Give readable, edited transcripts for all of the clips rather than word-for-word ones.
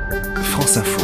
France Info.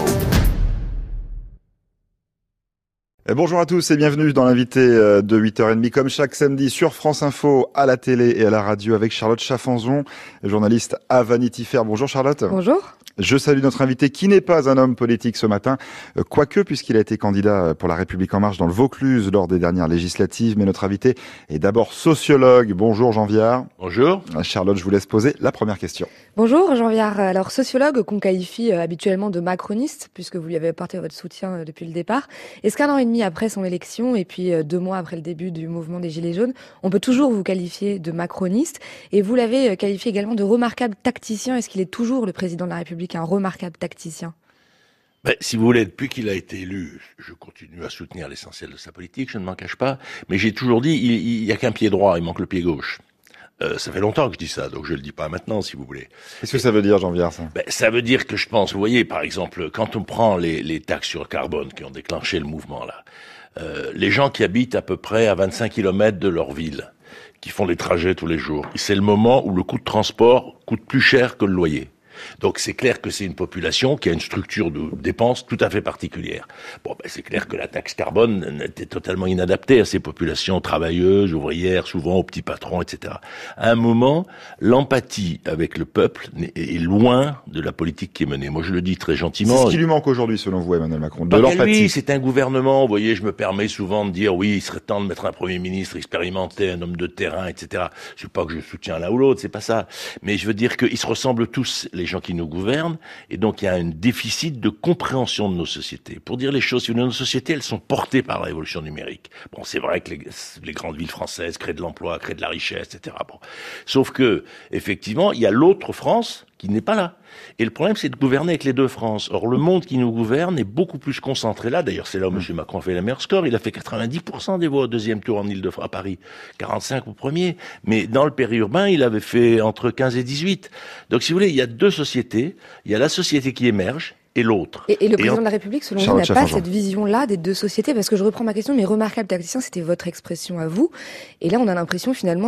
Bonjour à tous et bienvenue dans l'invité de 8h30 comme chaque samedi sur France Info à la télé et à la radio avec Charlotte Chaffanzon, journaliste à Vanity Fair. Bonjour Charlotte. Bonjour. Je salue notre invité qui n'est pas un homme politique ce matin, quoique puisqu'il a été candidat pour La République En Marche dans le Vaucluse lors des dernières législatives. Mais notre invité est d'abord sociologue. Bonjour Jean Viard. Bonjour. Charlotte, je vous laisse poser la première question. Bonjour Jean Viard. Alors sociologue qu'on qualifie habituellement de macroniste puisque vous lui avez apporté votre soutien depuis le départ. Est-ce qu'un an et demi après son élection et puis 2 mois après le début du mouvement des Gilets jaunes, on peut toujours vous qualifier de macroniste? Et vous l'avez qualifié également de remarquable tacticien. Est-ce qu'il est toujours le président de la République un remarquable tacticien? Si vous voulez, depuis qu'il a été élu, je continue à soutenir l'essentiel de sa politique, je ne m'en cache pas, mais j'ai toujours dit, il y a qu'un pied droit, il manque le pied gauche. Ça fait longtemps que je dis ça, donc je le dis pas maintenant, si vous voulez. Qu'est-ce que ça veut dire, Jean Viard, ça? Ça veut dire que je pense, vous voyez, par exemple, quand on prend les taxes sur le carbone qui ont déclenché le mouvement là, les gens qui habitent à peu près à 25 km de leur ville, qui font des trajets tous les jours, c'est le moment où le coût de transport coûte plus cher que le loyer. Donc c'est clair que c'est une population qui a une structure de dépenses tout à fait particulière. C'est clair que la taxe carbone était totalement inadaptée à ces populations travailleuses, ouvrières, souvent aux petits patrons, etc. À un moment, l'empathie avec le peuple est loin de la politique qui est menée. Moi, je le dis très gentiment. C'est ce qui lui manque aujourd'hui, selon vous, Emmanuel Macron, de l'empathie. Lui, c'est un gouvernement, vous voyez, je me permets souvent de dire, oui, il serait temps de mettre un Premier ministre expérimenté, un homme de terrain, etc. C'est pas que je soutiens l'un ou l'autre, c'est pas ça. Mais je veux dire qu'ils se ressemblent tous, les gens qui nous gouvernent, et donc il y a un déficit de compréhension de nos sociétés. Pour dire les choses, nos sociétés, elles sont portées par la révolution numérique. C'est vrai que les grandes villes françaises créent de l'emploi, créent de la richesse, etc. Sauf que, effectivement, il y a l'autre France qui n'est pas là. Et le problème, c'est de gouverner avec les deux France. Or, le monde qui nous gouverne est beaucoup plus concentré là. D'ailleurs, c'est là où M. Macron a fait les meilleurs scores. Il a fait 90% des voix au deuxième tour en Île-de-France, à Paris. 45 au premier. Mais dans le périurbain, il avait fait entre 15 et 18. Donc, si vous voulez, il y a deux sociétés. Il y a la société qui émerge et l'autre. Et le président de la République, selon vous, n'a pas cette vision-là des deux sociétés? Parce que je reprends ma question, mais remarquable tacticien, c'était votre expression à vous. Et là, on a l'impression finalement,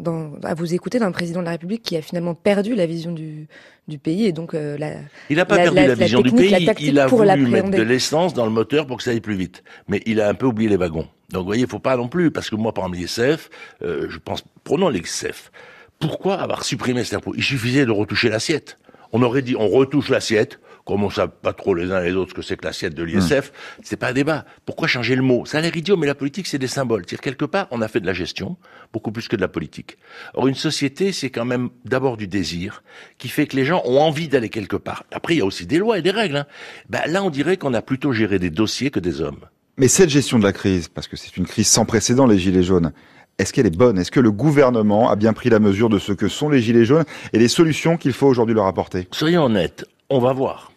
à vous écouter, d'un président de la République qui a finalement perdu la vision du pays et donc il n'a pas perdu la vision du pays, il a voulu mettre de l'essence dans le moteur pour que ça aille plus vite. Mais il a un peu oublié les wagons. Donc vous voyez, il faut pas non plus, parce que moi, par exemple, l'ISF, je pense, prenons l'ISF. Pourquoi avoir supprimé cet impôt? Il suffisait de retoucher l'assiette. On aurait dit, on retouche l'assiette, comme on ne sait pas trop les uns et les autres ce que c'est que l'assiette de l'ISF, c'est pas un débat. Pourquoi changer le mot? Ça a l'air idiot, mais la politique, c'est des symboles. C'est-à-dire, quelque part, on a fait de la gestion, beaucoup plus que de la politique. Or, une société, c'est quand même d'abord du désir, qui fait que les gens ont envie d'aller quelque part. Après, il y a aussi des lois et des règles. Là, on dirait qu'on a plutôt géré des dossiers que des hommes. Mais cette gestion de la crise, parce que c'est une crise sans précédent, les Gilets jaunes, est-ce qu'elle est bonne? Est-ce que le gouvernement a bien pris la mesure de ce que sont les Gilets jaunes et les solutions qu'il faut aujourd'hui leur apporter? Soyons honnêtes, on va voir.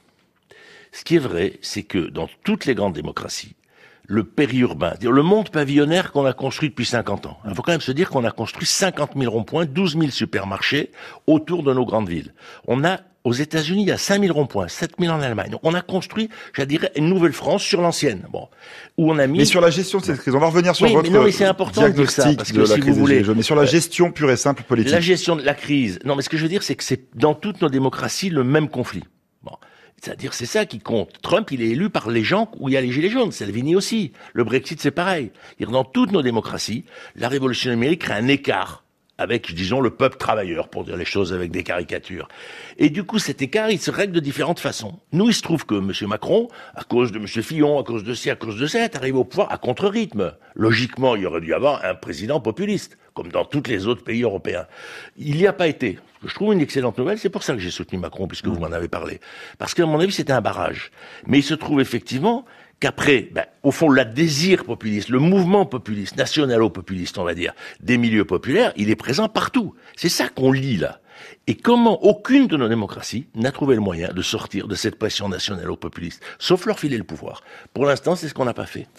Ce qui est vrai, c'est que dans toutes les grandes démocraties, le périurbain, le monde pavillonnaire qu'on a construit depuis 50 ans, il faut quand même se dire qu'on a construit 50 000 ronds-points, 12 000 supermarchés autour de nos grandes villes. On a, aux États-Unis, il y a 5 000 ronds-points, 7 000 en Allemagne. Donc on a construit, je dirais, une nouvelle France sur l'ancienne. Où on a mis... Mais sur la gestion de cette crise, on va revenir sur votre c'est important de dire ça, parce que si vous voulez, mais sur la gestion pure et simple politique. La gestion de la crise. Non, mais ce que je veux dire, c'est que c'est dans toutes nos démocraties le même conflit. C'est-à-dire, c'est ça qui compte. Trump, il est élu par les gens où il y a les gilets jaunes. Salvini aussi. Le Brexit, c'est pareil. Dans toutes nos démocraties, la révolution numérique crée un écart avec, disons, le peuple travailleur, pour dire les choses avec des caricatures. Et du coup, cet écart, il se règle de différentes façons. Nous, il se trouve que M. Macron, à cause de M. Fillon, à cause de ci, à cause de ça, est arrivé au pouvoir à contre-rythme. Logiquement, il y aurait dû y avoir un président populiste, comme dans tous les autres pays européens. Il n'y a pas été. Je trouve une excellente nouvelle, c'est pour ça que j'ai soutenu Macron, puisque vous m'en avez parlé. Parce qu'à mon avis, c'était un barrage. Mais il se trouve effectivement qu'après, au fond, la désir populiste, le mouvement populiste, nationalo-populiste, on va dire, des milieux populaires, il est présent partout. C'est ça qu'on lit, là. Et comment aucune de nos démocraties n'a trouvé le moyen de sortir de cette pression nationalo-populiste, sauf leur filer le pouvoir. Pour l'instant, c'est ce qu'on n'a pas fait.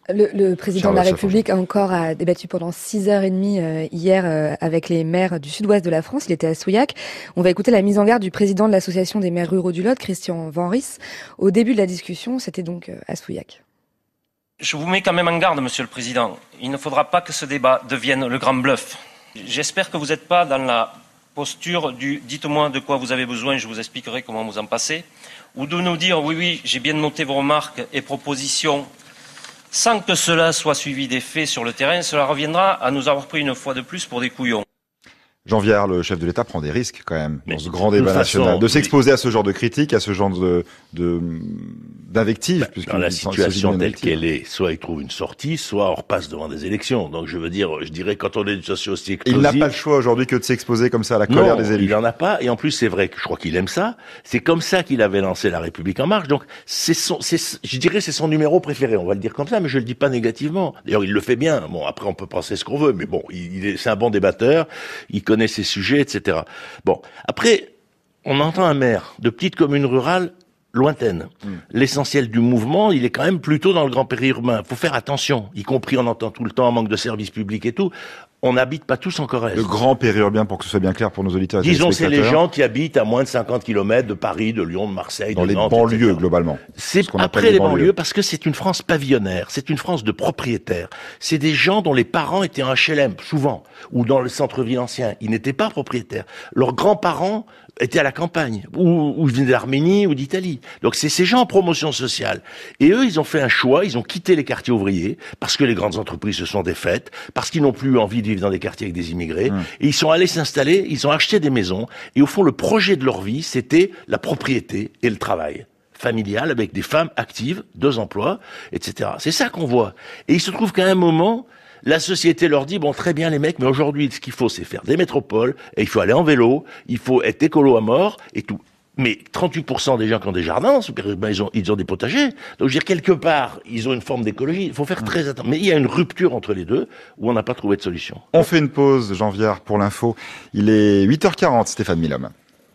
Le président de la République a débattu pendant 6h30 hier avec les maires du sud-ouest de la France. Il était à Souillac. On va écouter la mise en garde du président de l'association des maires ruraux du Lot, Christian Van Ries. Au début de la discussion, c'était donc à Souillac. Je vous mets quand même en garde, Monsieur le Président. Il ne faudra pas que ce débat devienne le grand bluff. J'espère que vous n'êtes pas dans la posture du « dites-moi de quoi vous avez besoin, je vous expliquerai comment vous en passez », ou de nous dire « oui, j'ai bien noté vos remarques et propositions », sans que cela soit suivi des faits sur le terrain, cela reviendra à nous avoir pris une fois de plus pour des couillons. Jean Viard, le chef de l'État, prend des risques quand même dans ce grand débat national, de s'exposer à ce genre de critiques, à ce genre d'invectives. Dans la situation telle qu'elle est, soit il trouve une sortie, soit on repasse devant des élections. Donc je dirais quand on est une situation aussi explosive... Il n'a pas le choix aujourd'hui que de s'exposer comme ça à la colère des élus. Il n'en a pas, et en plus c'est vrai que je crois qu'il aime ça. C'est comme ça qu'il avait lancé La République En Marche. Donc je dirais c'est son numéro préféré, on va le dire comme ça, mais je le dis pas négativement. D'ailleurs il le fait bien. Bon, après on peut penser ce qu'on veut, mais bon, c'est un bon débatteur, il connaît ses sujets, etc. Bon, après, on entend un maire de petite commune rurale lointaine. L'essentiel du mouvement, il est quand même plutôt dans le grand périurbain. Faut faire attention, y compris on entend tout le temps un manque de services publics et tout. On n'habite pas tous en Corrèze. Le grand périurbain, pour que ce soit bien clair pour nos auditeurs et disons, c'est les gens qui habitent à moins de 50 km de Paris, de Lyon, de Marseille, dans de Nantes, les banlieues, etc. globalement. C'est après les banlieues, parce que c'est une France pavillonnaire, c'est une France de propriétaires. C'est des gens dont les parents étaient en HLM, souvent, ou dans le centre-ville ancien. Ils n'étaient pas propriétaires. Leurs grands-parents étaient à la campagne, ou ils venaient d'Arménie ou d'Italie. Donc c'est ces gens en promotion sociale. Et eux, ils ont fait un choix, ils ont quitté les quartiers ouvriers, parce que les grandes entreprises se sont défaites, parce qu'ils n'ont plus envie de vivre dans des quartiers avec des immigrés, et ils sont allés s'installer, ils ont acheté des maisons, et au fond, le projet de leur vie, c'était la propriété et le travail familial, avec des femmes actives, 2 emplois, etc. C'est ça qu'on voit. Et il se trouve qu'à un moment, la société leur dit, bon, très bien les mecs, mais aujourd'hui, ce qu'il faut, c'est faire des métropoles, et il faut aller en vélo, il faut être écolo à mort, et tout. Mais 38% des gens qui ont des jardins, ils ont des potagers. Donc, je veux dire, quelque part, ils ont une forme d'écologie. Il faut faire très attention. Mais il y a une rupture entre les deux, où on n'a pas trouvé de solution. On fait une pause, Jean Viard, pour l'info. Il est 8h40, Stéphane Milhomme.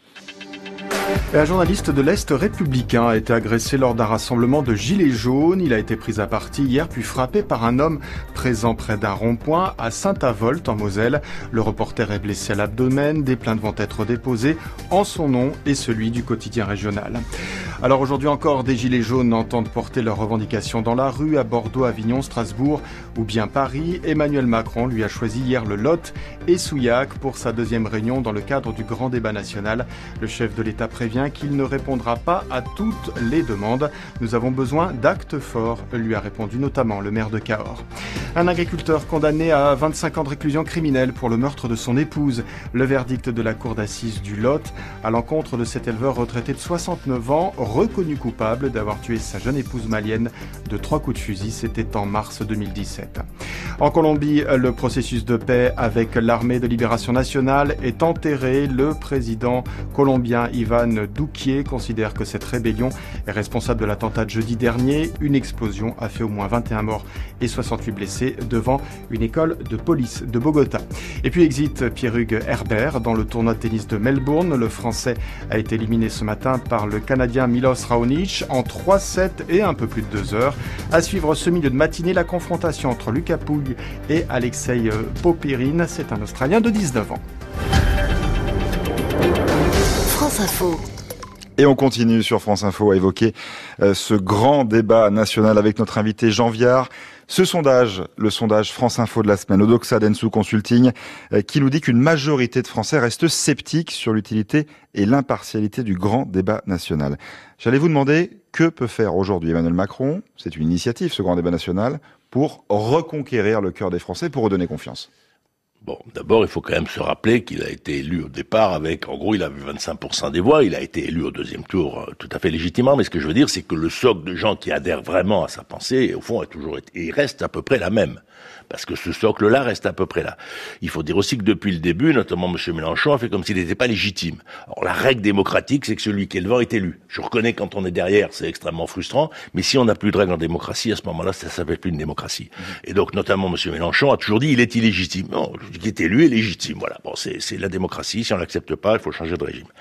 Un journaliste de l'Est républicain a été agressé lors d'un rassemblement de gilets jaunes. Il a été pris à partie hier puis frappé par un homme présent près d'un rond-point à Saint-Avold en Moselle. Le reporter est blessé à l'abdomen. Des plaintes vont être déposées en son nom et celui du quotidien régional. Alors aujourd'hui encore, des gilets jaunes entendent porter leurs revendications dans la rue à Bordeaux, Avignon, Strasbourg ou bien Paris. Emmanuel Macron lui a choisi hier le Lot et Souillac pour sa 2e réunion dans le cadre du grand débat national. Le chef de l'État prévient qu'il ne répondra pas à toutes les demandes. Nous avons besoin d'actes forts, lui a répondu notamment le maire de Cahors. Un agriculteur condamné à 25 ans de réclusion criminelle pour le meurtre de son épouse. Le verdict de la cour d'assises du Lot à l'encontre de cet éleveur retraité de 69 ans, reconnu coupable d'avoir tué sa jeune épouse malienne de 3 coups de fusil. C'était en mars 2017. En Colombie, le processus de paix avec l'armée de libération nationale est enterré. Le président colombien Ivan Duque considère que cette rébellion est responsable de l'attentat de jeudi dernier. Une explosion a fait au moins 21 morts et 68 blessés devant une école de police de Bogota. Et puis exit Pierre-Hugues Herbert dans le tournoi de tennis de Melbourne. Le Français a été éliminé ce matin par le Canadien Milos Raonic en 3-7 et un peu plus de 2 heures. À suivre ce milieu de matinée, la confrontation entre Lucas Pouille et Alexei Popyrin. C'est un Australien de 19 ans. France Info. Et on continue sur France Info à évoquer ce grand débat national avec notre invité Jean Viard. Ce sondage, le sondage France Info de la semaine, Odoxa Densu Consulting, qui nous dit qu'une majorité de Français restent sceptiques sur l'utilité et l'impartialité du grand débat national. J'allais vous demander, que peut faire aujourd'hui Emmanuel Macron, c'est une initiative ce grand débat national, pour reconquérir le cœur des Français, pour redonner confiance? Bon, d'abord, il faut quand même se rappeler qu'il a été élu au départ avec, en gros, il a eu 25% des voix, il a été élu au 2e tour tout à fait légitimement, mais ce que je veux dire, c'est que le socle de gens qui adhèrent vraiment à sa pensée, au fond, a toujours été, et il reste à peu près la même. Parce que ce socle-là reste à peu près là. Il faut dire aussi que depuis le début, notamment M. Mélenchon a fait comme s'il n'était pas légitime. Alors la règle démocratique, c'est que celui qui est devant est élu. Je reconnais quand on est derrière, c'est extrêmement frustrant, mais si on n'a plus de règles en démocratie, à ce moment-là, ça s'appelle plus une démocratie. Et donc notamment M. Mélenchon a toujours dit il est illégitime. Non, qui est élu est légitime. Voilà. Bon, c'est la démocratie. Si on l'accepte pas, il faut changer de régime.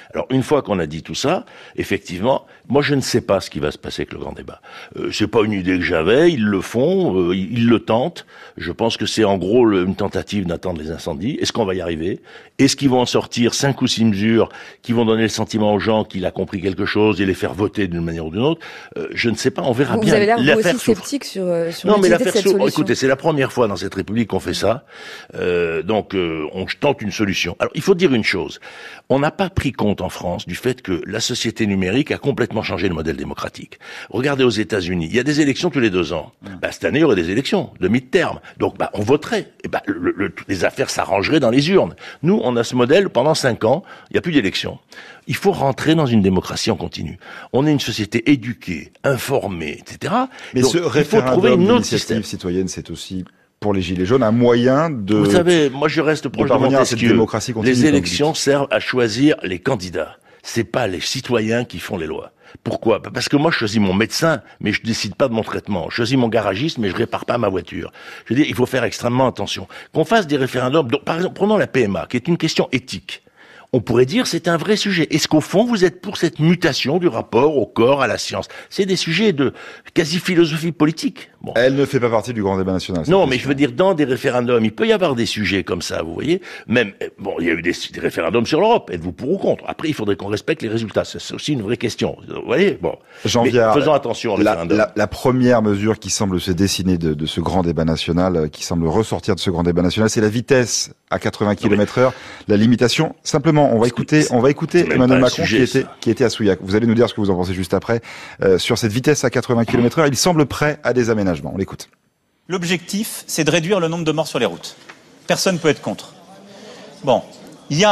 Alors, une fois qu'on a dit tout ça, effectivement, moi, je ne sais pas ce qui va se passer avec le grand débat. C'est pas une idée que j'avais, ils le font, ils le tentent. Je pense que c'est en gros une tentative d'attendre les incendies. Est-ce qu'on va y arriver? Est-ce qu'ils vont en sortir 5 ou 6 mesures qui vont donner le sentiment aux gens qu'il a compris quelque chose et les faire voter d'une manière ou d'une autre? Je ne sais pas, on verra bien. Vous avez l'air vous aussi sceptique sur non, mais l'utilité de cette solution. Écoutez, c'est la première fois dans cette République qu'on fait ça. Donc, on tente une solution. Alors, il faut dire une chose. On n'a pas pris compte en France du fait que la société numérique a complètement changé le modèle démocratique. Regardez aux États-Unis, il y a des élections tous les 2 ans. Cette année, il y aurait des élections de mi-terme. Donc, on voterait. Et les affaires s'arrangeraient dans les urnes. Nous, on a ce modèle pendant 5 ans. Il n'y a plus d'élections. Il faut rentrer dans une démocratie en continu. On est une société éduquée, informée, etc. Mais donc, ce référendum d'initiative citoyenne, c'est aussi pour les Gilets jaunes un moyen de... Vous savez, moi je reste proche de Montesquieu. Les élections servent à choisir les candidats. C'est pas les citoyens qui font les lois. Pourquoi? Parce que moi je choisis mon médecin, mais je décide pas de mon traitement. Je choisis mon garagiste, mais je répare pas ma voiture. Je veux dire, il faut faire extrêmement attention. Qu'on fasse des référendums, donc, par exemple, prenons la PMA, qui est une question éthique. On pourrait dire c'est un vrai sujet. Est-ce qu'au fond, vous êtes pour cette mutation du rapport au corps, à la science? C'est des sujets de quasi-philosophie politique. Bon. Elle ne fait pas partie du grand débat national. Non, mais je veux dire, dans des référendums, il peut y avoir des sujets comme ça, vous voyez. Même, bon, il y a eu des référendums sur l'Europe. Êtes-vous pour ou contre? Après, il faudrait qu'on respecte les résultats. C'est aussi une vraie question. Vous voyez? Bon. Jean-Viard, faisons attention au référendum. La première mesure qui semble se dessiner de ce grand débat national, qui semble ressortir de ce grand débat national, c'est la vitesse à 80 km/h, la limitation. Simplement, on va écouter Emmanuel Macron qui était à Souillac. Vous allez nous dire ce que vous en pensez juste après. Sur cette vitesse à 80 km/h, il semble prêt à des aménagements. On l'écoute. L'objectif, c'est de réduire le nombre de morts sur les routes. Personne ne peut être contre. Bon, il y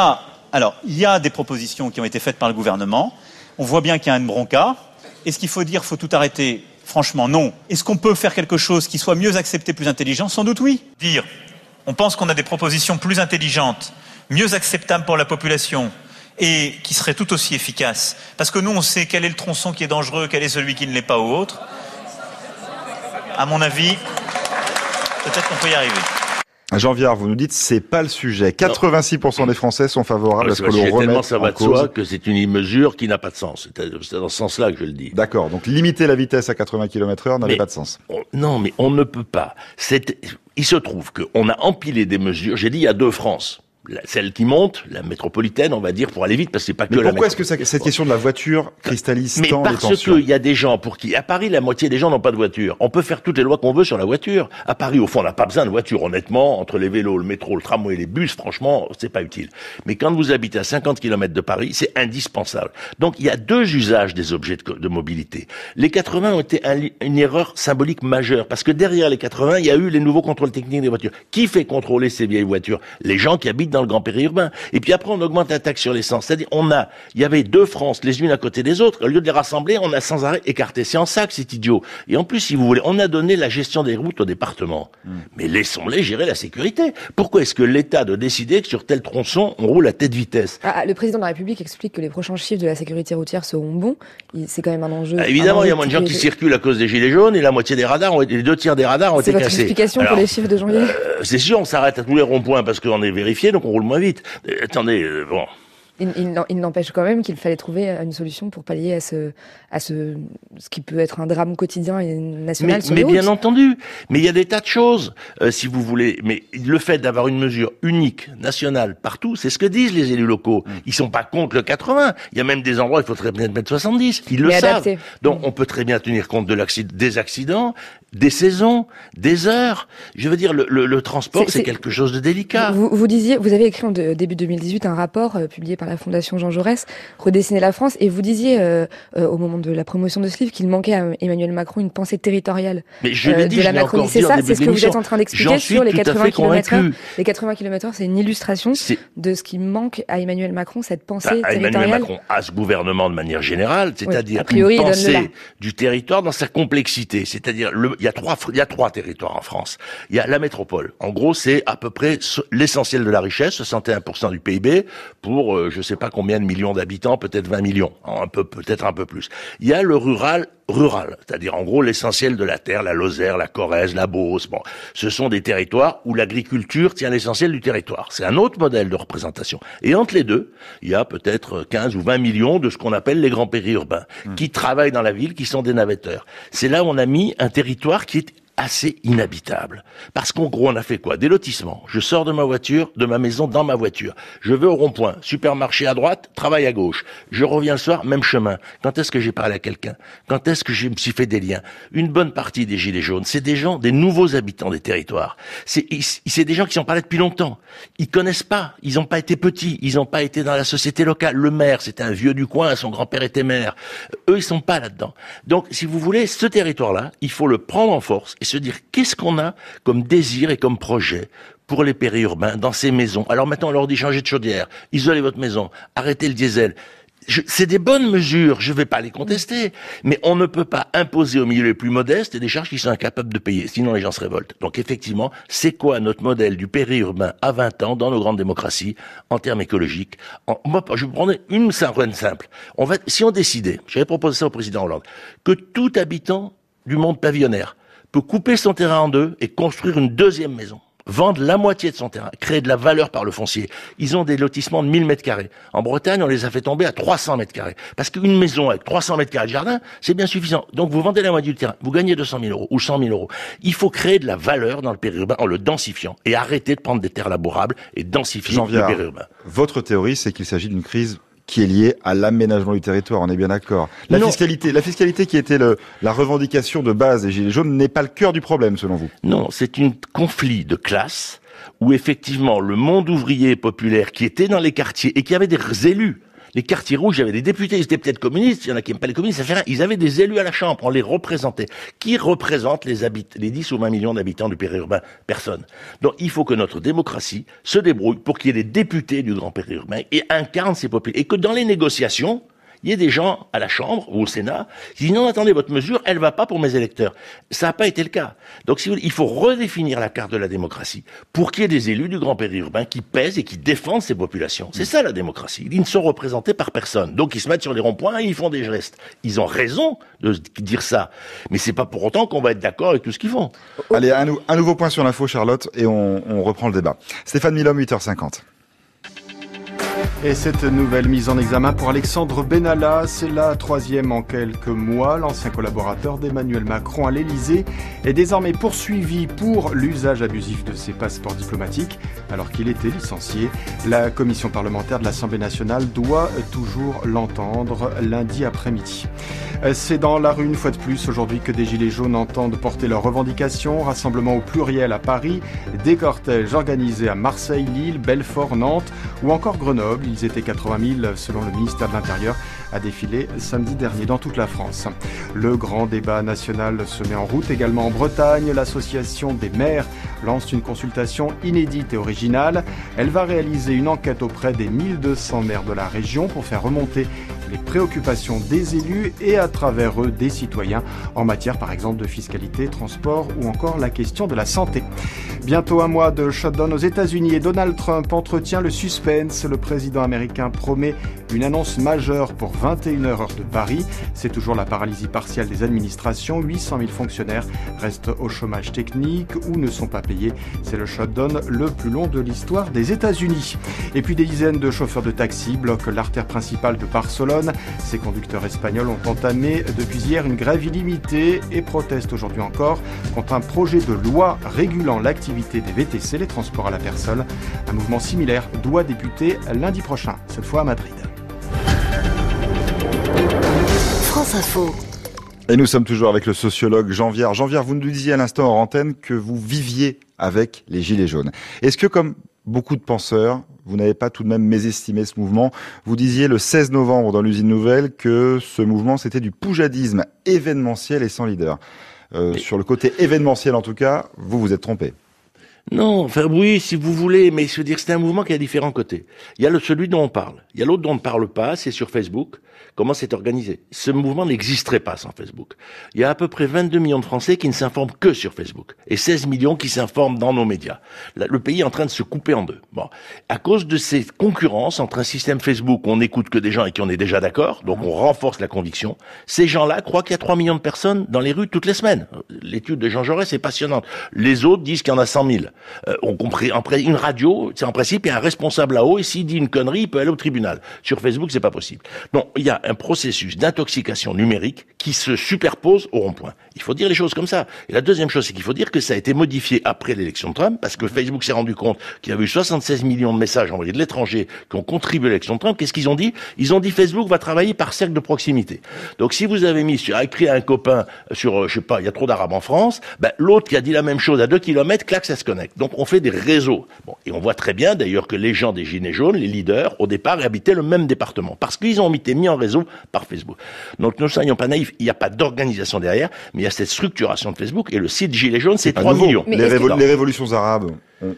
a des propositions qui ont été faites par le gouvernement. On voit bien qu'il y a une bronca. Est-ce qu'il faut dire qu'il faut tout arrêter? Franchement, non. Est-ce qu'on peut faire quelque chose qui soit mieux accepté, plus intelligent? Sans doute oui. Dire, on pense qu'on a des propositions plus intelligentes, mieux acceptables pour la population et qui seraient tout aussi efficaces. Parce que nous, on sait quel est le tronçon qui est dangereux, quel est celui qui ne l'est pas ou autre. À mon avis, peut-être qu'on peut y arriver. Jean-Viard, vous nous dites c'est pas le sujet. 86% des Français sont favorables à ce que l'on remette tellement ça va de soi que c'est une mesure qui n'a pas de sens. C'est dans ce sens-là que je le dis. D'accord. Donc limiter la vitesse à 80 km/h n'avait pas de sens. Non, mais on ne peut pas. Il se trouve qu'on a empilé des mesures. J'ai dit il y a 2 France. Celle qui monte, la métropolitaine, on va dire, pour aller vite, parce que c'est pas que la pourquoi est-ce que cette question de la voiture cristallise tant les tensions? Mais parce qu'il y a des gens pour qui, à Paris, la moitié des gens n'ont pas de voiture. On peut faire toutes les lois qu'on veut sur la voiture. À Paris, au fond, on n'a pas besoin de voiture, honnêtement. Entre les vélos, le métro, le tramway et les bus, franchement, c'est pas utile. Mais quand vous habitez à 50 km de Paris, c'est indispensable. Donc, il y a 2 usages des objets de mobilité. Les 80 ont été une erreur symbolique majeure, parce que derrière les 80, il y a eu les nouveaux contrôles techniques des voitures. Qui fait contrôler ces vieilles voitures? Les gens qui habitent dans le grand périurbain. Et puis après, on augmente la taxe sur l'essence. C'est-à-dire, il y avait 2 France, les unes à côté des autres. Au lieu de les rassembler, on a sans arrêt écarté. C'est en ça que c'est idiot. Et en plus, si vous voulez, on a donné la gestion des routes au département. Mais laissons-les gérer la sécurité. Pourquoi est-ce que l'État doit décider que sur tel tronçon, on roule à telle vitesse? Le président de la République explique que les prochains chiffres de la sécurité routière seront bons. C'est quand même un enjeu. Évidemment, il y a moins de gens qui circulent à cause des gilets jaunes et la moitié des radars, les 2 tiers des radars ont été cassés. C'est votre explication pour les chiffres de janvier? C'est sûr, on s'arrête à tous les ronds-points parce qu'on est vérifié, donc on roule moins vite. Attendez, bon. Il n'empêche quand même qu'il fallait trouver une solution pour pallier à ce qui peut être un drame quotidien et national sur les routes. Mais bien entendu. Mais il y a des tas de choses, si vous voulez. Mais le fait d'avoir une mesure unique, nationale, partout, c'est ce que disent les élus locaux. Ils sont pas contre le 80. Il y a même des endroits où il faut très bien mettre 70. Ils le savent. Donc, on peut très bien tenir compte des accidents, des saisons, des heures. Je veux dire, le transport, c'est quelque chose de délicat. Vous avez écrit en début 2018 un rapport publié par la Fondation Jean Jaurès, Redessiner la France, et vous disiez au moment de la promotion de ce livre qu'il manquait à Emmanuel Macron une pensée territoriale. Mais je l'ai dit, je l'ai encore dit. C'est ça, c'est ce que vous êtes en train d'expliquer sur les 80 km/h. Les 80 km/h, c'est une illustration de ce qui manque à Emmanuel Macron, cette pensée territoriale. Emmanuel Macron a ce gouvernement de manière générale, c'est-à-dire une pensée du territoire dans sa complexité. C'est-à-dire, il y a 3 territoires en France. Il y a la métropole. En gros, c'est à peu près l'essentiel de la richesse, 61% du PIB pour je sais pas combien de millions d'habitants, peut-être 20 millions, peut-être un peu plus. Il y a le rural rurales, c'est-à-dire en gros l'essentiel de la terre, la Lozère, la Corrèze, la Beauce. Bon, ce sont des territoires où l'agriculture tient l'essentiel du territoire. C'est un autre modèle de représentation. Et entre les deux, il y a peut-être 15 ou 20 millions de ce qu'on appelle les grands périurbains, qui travaillent dans la ville, qui sont des navetteurs. C'est là où on a mis un territoire qui est assez inhabitable. Parce qu'en gros, on a fait quoi? Des lotissements. Je sors de ma voiture, de ma maison dans ma voiture. Je vais au rond-point, supermarché à droite, travail à gauche. Je reviens le soir, même chemin. Quand est-ce que j'ai parlé à quelqu'un? Quand est-ce que je me suis fait des liens? Une bonne partie des Gilets jaunes, c'est des gens, des nouveaux habitants des territoires. C'est des gens qui sont pas là depuis longtemps. Ils connaissent pas. Ils n'ont pas été petits. Ils n'ont pas été dans la société locale. Le maire, c'était un vieux du coin. Son grand-père était maire. Eux, ils sont pas là-dedans. Donc, si vous voulez, ce territoire-là, il faut le prendre en force et se dire qu'est-ce qu'on a comme désir et comme projet pour les périurbains dans ces maisons. Alors maintenant, on leur dit changer de chaudière, isolez votre maison, arrêtez le diesel. C'est des bonnes mesures, je ne vais pas les contester, mais on ne peut pas imposer aux milieux les plus modestes des charges qu'ils sont incapables de payer, sinon les gens se révoltent. Donc effectivement, c'est quoi notre modèle du périurbain à 20 ans dans nos grandes démocraties en termes écologiques? Moi, je vais prendre une simple. Si on décidait, j'avais proposé ça au président Hollande, que tout habitant du monde pavillonnaire peut couper son terrain en deux et construire une deuxième maison, vendre la moitié de son terrain, créer de la valeur par le foncier. Ils ont des lotissements de 1000 mètres carrés. En Bretagne, on les a fait tomber à 300 mètres carrés. Parce qu'une maison avec 300 mètres carrés de jardin, c'est bien suffisant. Donc vous vendez la moitié du terrain, vous gagnez 200 000 euros ou 100 000 euros. Il faut créer de la valeur dans le périurbain en le densifiant et arrêter de prendre des terres labourables et densifier le périurbain. Votre théorie, c'est qu'il s'agit d'une crise qui est lié à l'aménagement du territoire, on est bien d'accord. La fiscalité qui était la revendication de base des Gilets jaunes n'est pas le cœur du problème, selon vous? Non, c'est un conflit de classe où effectivement le monde ouvrier populaire qui était dans les quartiers et qui avait des élus. Les quartiers rouges, il y avait des députés, ils étaient peut-être communistes, il y en a qui n'aiment pas les communistes, ça fait rien. Ils avaient des élus à la Chambre, on les représentait. Qui représentent les 10 ou 20 millions d'habitants du périurbain? Personne. Donc il faut que notre démocratie se débrouille pour qu'il y ait des députés du grand périurbain et incarnent ces populations. Et que dans les négociations, il y ait des gens à la Chambre ou au Sénat qui disent non, attendez, votre mesure, elle va pas pour mes électeurs. Ça n'a pas été le cas. Donc, si vous voulez, il faut redéfinir la carte de la démocratie pour qu'il y ait des élus du grand périurbain qui pèsent et qui défendent ces populations. C'est ça la démocratie. Ils ne sont représentés par personne. Donc, ils se mettent sur les ronds-points et ils font des gestes. Ils ont raison de dire ça. Mais c'est pas pour autant qu'on va être d'accord avec tout ce qu'ils font. Allez, un nouveau point sur l'info, Charlotte, et on reprend le débat. Stéphane Milhomme, 8h50. Et cette nouvelle mise en examen pour Alexandre Benalla, c'est la troisième en quelques mois. L'ancien collaborateur d'Emmanuel Macron à l'Elysée est désormais poursuivi pour l'usage abusif de ses passeports diplomatiques alors qu'il était licencié. La commission parlementaire de l'Assemblée nationale doit toujours l'entendre lundi après-midi. C'est dans la rue une fois de plus aujourd'hui que des Gilets jaunes entendent porter leurs revendications. Rassemblement au pluriel à Paris, des cortèges organisés à Marseille, Lille, Belfort, Nantes ou encore Grenoble. Ils étaient 80 000 selon le ministère de l'Intérieur à défiler samedi dernier dans toute la France. Le grand débat national se met en route également en Bretagne. L'association des maires lance une consultation inédite et originale. Elle va réaliser une enquête auprès des 1200 maires de la région pour faire remonter les préoccupations des élus et à travers eux des citoyens en matière par exemple de fiscalité, transport ou encore la question de la santé. Bientôt un mois de shutdown aux États-Unis et Donald Trump entretient le suspense. Le président américain promet une annonce majeure pour 21h heure de Paris. C'est toujours la paralysie partielle des administrations. 800 000 fonctionnaires restent au chômage technique ou ne sont pas payés. C'est le shutdown le plus long de l'histoire des États-Unis. Et puis des dizaines de chauffeurs de taxi bloquent l'artère principale de Barcelone. Ces conducteurs espagnols ont entamé depuis hier une grève illimitée et protestent aujourd'hui encore contre un projet de loi régulant l'activité des VTC, les transports à la personne. Un mouvement similaire doit débuter lundi prochain, cette fois à Madrid. France Info. Et nous sommes toujours avec le sociologue Jean Viard. Jean Viard, vous nous disiez à l'instant en antenne que vous viviez avec les Gilets jaunes. Est-ce que, comme beaucoup de penseurs, vous n'avez pas tout de même mésestimé ce mouvement? Vous disiez le 16 novembre dans l'usine Nouvelle que ce mouvement c'était du poujadisme événementiel et sans leader. Sur le côté événementiel en tout cas, vous vous êtes trompé. Non, enfin oui, si vous voulez, mais je veux dire, c'est un mouvement qui a différents côtés. Il y a celui dont on parle. Il y a l'autre dont on ne parle pas, c'est sur Facebook. Comment c'est organisé? Ce mouvement n'existerait pas sans Facebook. Il y a à peu près 22 millions de Français qui ne s'informent que sur Facebook et 16 millions qui s'informent dans nos médias. Le pays est en train de se couper en deux. Bon, à cause de ces concurrences entre un système Facebook où on n'écoute que des gens et qui on est déjà d'accord, donc on renforce la conviction. Ces gens-là croient qu'il y a 3 millions de personnes dans les rues toutes les semaines. L'étude de Jean Jaurès est passionnante. Les autres disent qu'il y en a 100 000. On compris une radio, c'est en principe il y a un responsable là-haut et s'il dit une connerie, il peut aller au tribunal. Sur Facebook, c'est pas possible. Donc il y a un processus d'intoxication numérique qui se superpose au rond-point. Il faut dire les choses comme ça. Et la deuxième chose, c'est qu'il faut dire que ça a été modifié après l'élection de Trump, parce que Facebook s'est rendu compte qu'il y avait eu 76 millions de messages envoyés de l'étranger qui ont contribué à l'élection de Trump. Qu'est-ce qu'ils ont dit? Ils ont dit Facebook va travailler par cercle de proximité. Donc si vous avez écrit à un copain sur, je sais pas, il y a trop d'Arabes en France, l'autre qui a dit la même chose à 2 kilomètres, clac, ça se connecte. Donc on fait des réseaux. Bon, et on voit très bien d'ailleurs que les gens des Gilets jaunes, les leaders, au départ, habitaient le même département, parce qu'ils ont été mis en réseau par Facebook. Donc ne soyons pas naïfs, il n'y a pas d'organisation derrière, mais il y a cette structuration de Facebook, et le site Gilets jaunes, c'est 3 millions. Les révolutions arabes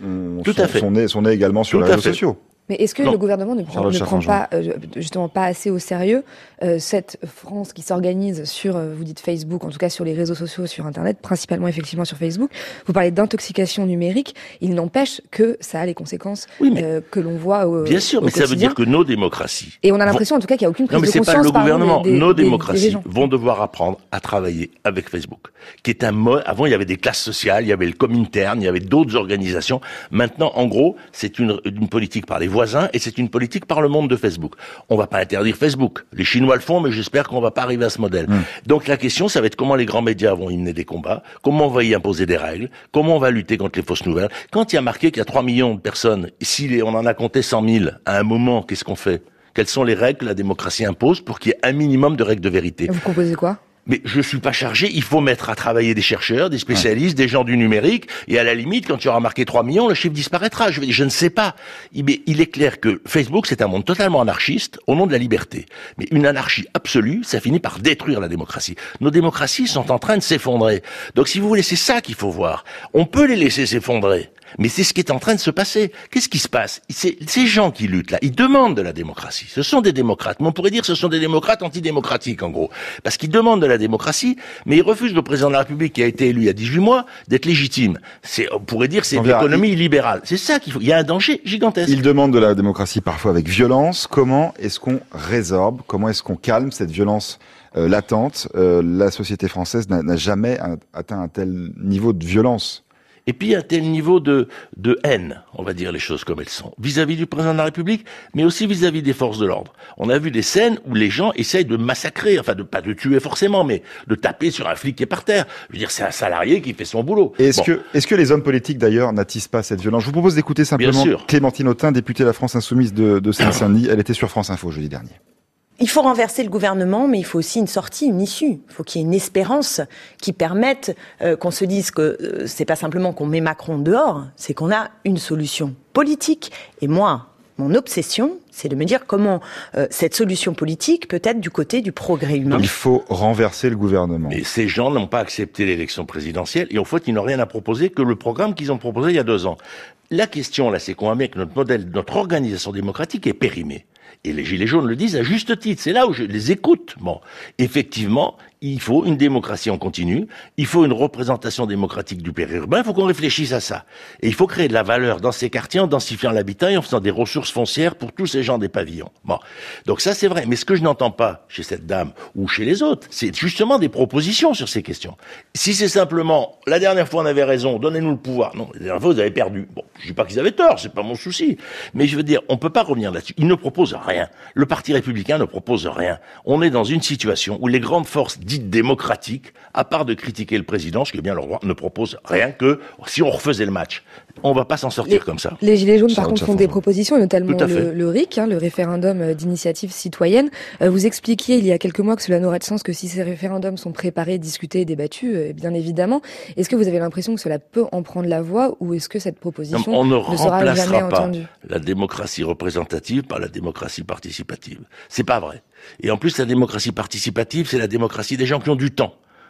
sont nées également sur les réseaux sociaux. Mais est-ce que le gouvernement ne prend pas, justement pas assez au sérieux cette France qui s'organise sur, vous dites Facebook, en tout cas sur les réseaux sociaux, sur Internet, principalement effectivement sur Facebook. Vous parlez d'intoxication numérique, il n'empêche que ça a les conséquences que l'on voit au Bien sûr, mais ça veut dire que nos démocraties... Et on a l'impression en tout cas qu'il n'y a aucune prise de conscience. Non mais c'est pas le gouvernement, nos démocraties des vont devoir apprendre à travailler avec Facebook, qui est un mode... Avant il y avait des classes sociales, il y avait le Comintern, il y avait d'autres organisations. Maintenant, en gros, c'est une politique par les voisins et c'est une politique par le monde de Facebook. On va pas interdire Facebook. Les Chinois le font, mais j'espère qu'on va pas arriver à ce modèle. Donc la question, ça va être comment les grands médias vont y mener des combats, comment on va y imposer des règles, comment on va lutter contre les fausses nouvelles. Quand il y a marqué qu'il y a 3 millions de personnes, si on en a compté 100 000, à un moment, qu'est-ce qu'on fait? Quelles sont les règles que la démocratie impose pour qu'il y ait un minimum de règles de vérité? Vous proposez quoi? Mais je suis pas chargé, il faut mettre à travailler des chercheurs, des spécialistes, des gens du numérique, et à la limite, quand il y aura marqué 3 millions, le chiffre disparaîtra. Je ne sais pas. Mais il est clair que Facebook, c'est un monde totalement anarchiste, au nom de la liberté. Mais une anarchie absolue, ça finit par détruire la démocratie. Nos démocraties sont en train de s'effondrer. Donc si vous voulez, c'est ça qu'il faut voir. On peut les laisser s'effondrer. Mais c'est ce qui est en train de se passer. Qu'est-ce qui se passe? Ces gens qui luttent là, ils demandent de la démocratie. Ce sont des démocrates. Mais on pourrait dire que ce sont des démocrates antidémocratiques, en gros. Parce qu'ils demandent de la démocratie, mais ils refusent le président de la République qui a été élu il y a 18 mois d'être légitime. On pourrait dire que c'est l'économie libérale. C'est ça qu'il faut. Il y a un danger gigantesque. Ils demandent de la démocratie parfois avec violence. Comment est-ce qu'on résorbe? Comment est-ce qu'on calme cette violence latente? La société française n'a jamais atteint un tel niveau de violence. Et puis un tel niveau de haine, on va dire les choses comme elles sont, vis-à-vis du président de la République, mais aussi vis-à-vis des forces de l'ordre. On a vu des scènes où les gens essayent de massacrer, enfin pas de tuer forcément, mais de taper sur un flic qui est par terre. Je veux dire, c'est un salarié qui fait son boulot. Et est-ce que les hommes politiques d'ailleurs n'attisent pas cette violence? Je vous propose d'écouter simplement Clémentine Autain, députée de la France Insoumise de Seine-Saint-Denis. Elle était sur France Info jeudi dernier. Il faut renverser le gouvernement, mais il faut aussi une sortie, une issue. Il faut qu'il y ait une espérance qui permette qu'on se dise que c'est pas simplement qu'on met Macron dehors, c'est qu'on a une solution politique. Et moi, mon obsession, c'est de me dire comment cette solution politique peut être du côté du progrès humain. Il faut renverser le gouvernement. Mais ces gens n'ont pas accepté l'élection présidentielle et en fait, ils n'ont rien à proposer que le programme qu'ils ont proposé il y a 2 ans. La question, là, c'est qu'on voit bien que notre modèle, notre organisation démocratique est périmée. Et les Gilets jaunes le disent à juste titre. C'est là où je les écoute. Bon, effectivement, il faut une démocratie en continu. Il faut une représentation démocratique du périurbain. Il faut qu'on réfléchisse à ça. Et il faut créer de la valeur dans ces quartiers en densifiant l'habitat et en faisant des ressources foncières pour tous ces gens des pavillons. Bon. Donc ça, c'est vrai. Mais ce que je n'entends pas chez cette dame ou chez les autres, c'est justement des propositions sur ces questions. Si c'est simplement, la dernière fois on avait raison, donnez-nous le pouvoir. Non, la dernière fois vous avez perdu. Bon, je dis pas qu'ils avaient tort, c'est pas mon souci. Mais je veux dire, on peut pas revenir là-dessus. Ils ne proposent rien. Le Parti républicain ne propose rien. On est dans une situation où les grandes forces dites démocratiques, à part de critiquer le président, ce qui est bien leur droit, ne proposent rien que si on refaisait le match. On va pas s'en sortir comme ça. Les Gilets jaunes, par contre, font des propositions, et notamment le RIC, le référendum d'initiative citoyenne. Vous expliquiez il y a quelques mois que cela n'aurait de sens que si ces référendums sont préparés, discutés, débattus, bien évidemment. Est-ce que vous avez l'impression que cela peut en prendre la voie, ou est-ce que cette proposition ne sera jamais entendue? La démocratie représentative par la démocratie participative. C'est pas vrai. Et en plus, la démocratie participative, c'est la démocratie des gens qui ont du temps.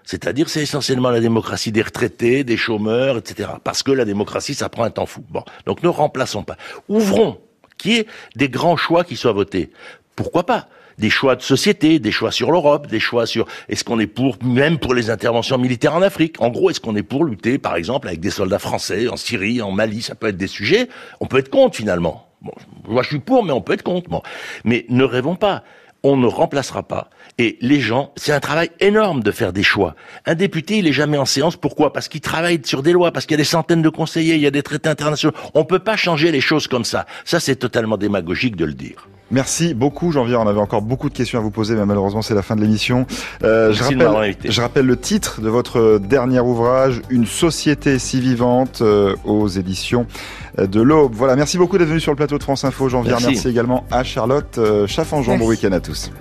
C'est-à-dire, c'est essentiellement la démocratie des retraités, des chômeurs, etc. Parce que la démocratie, ça prend un temps fou. Bon, donc ne remplaçons pas. Ouvrons, qu'il y ait des grands choix qui soient votés. Pourquoi pas ? Des choix de société, des choix sur l'Europe, des choix sur est-ce qu'on est même pour les interventions militaires en Afrique. En gros, est-ce qu'on est pour lutter, par exemple, avec des soldats français en Syrie, en Mali, ça peut être des sujets. On peut être contre, finalement. Bon, moi, je suis pour, mais on peut être contre. Bon. Mais ne rêvons pas. On ne remplacera pas. Et les gens, c'est un travail énorme de faire des choix. Un député, il est jamais en séance. Pourquoi ? Parce qu'il travaille sur des lois, parce qu'il y a des centaines de conseillers, il y a des traités internationaux. On peut pas changer les choses comme ça. Ça, c'est totalement démagogique de le dire. Merci beaucoup, Jean-Viard. On avait encore beaucoup de questions à vous poser, mais malheureusement, c'est la fin de l'émission. Je rappelle le titre de votre dernier ouvrage, Une société si vivante, aux éditions de l'Aube. Voilà, merci beaucoup d'être venu sur le plateau de France Info, Jean-Viard. Merci également à Charlotte Chaffanjon. Bon week-end à tous.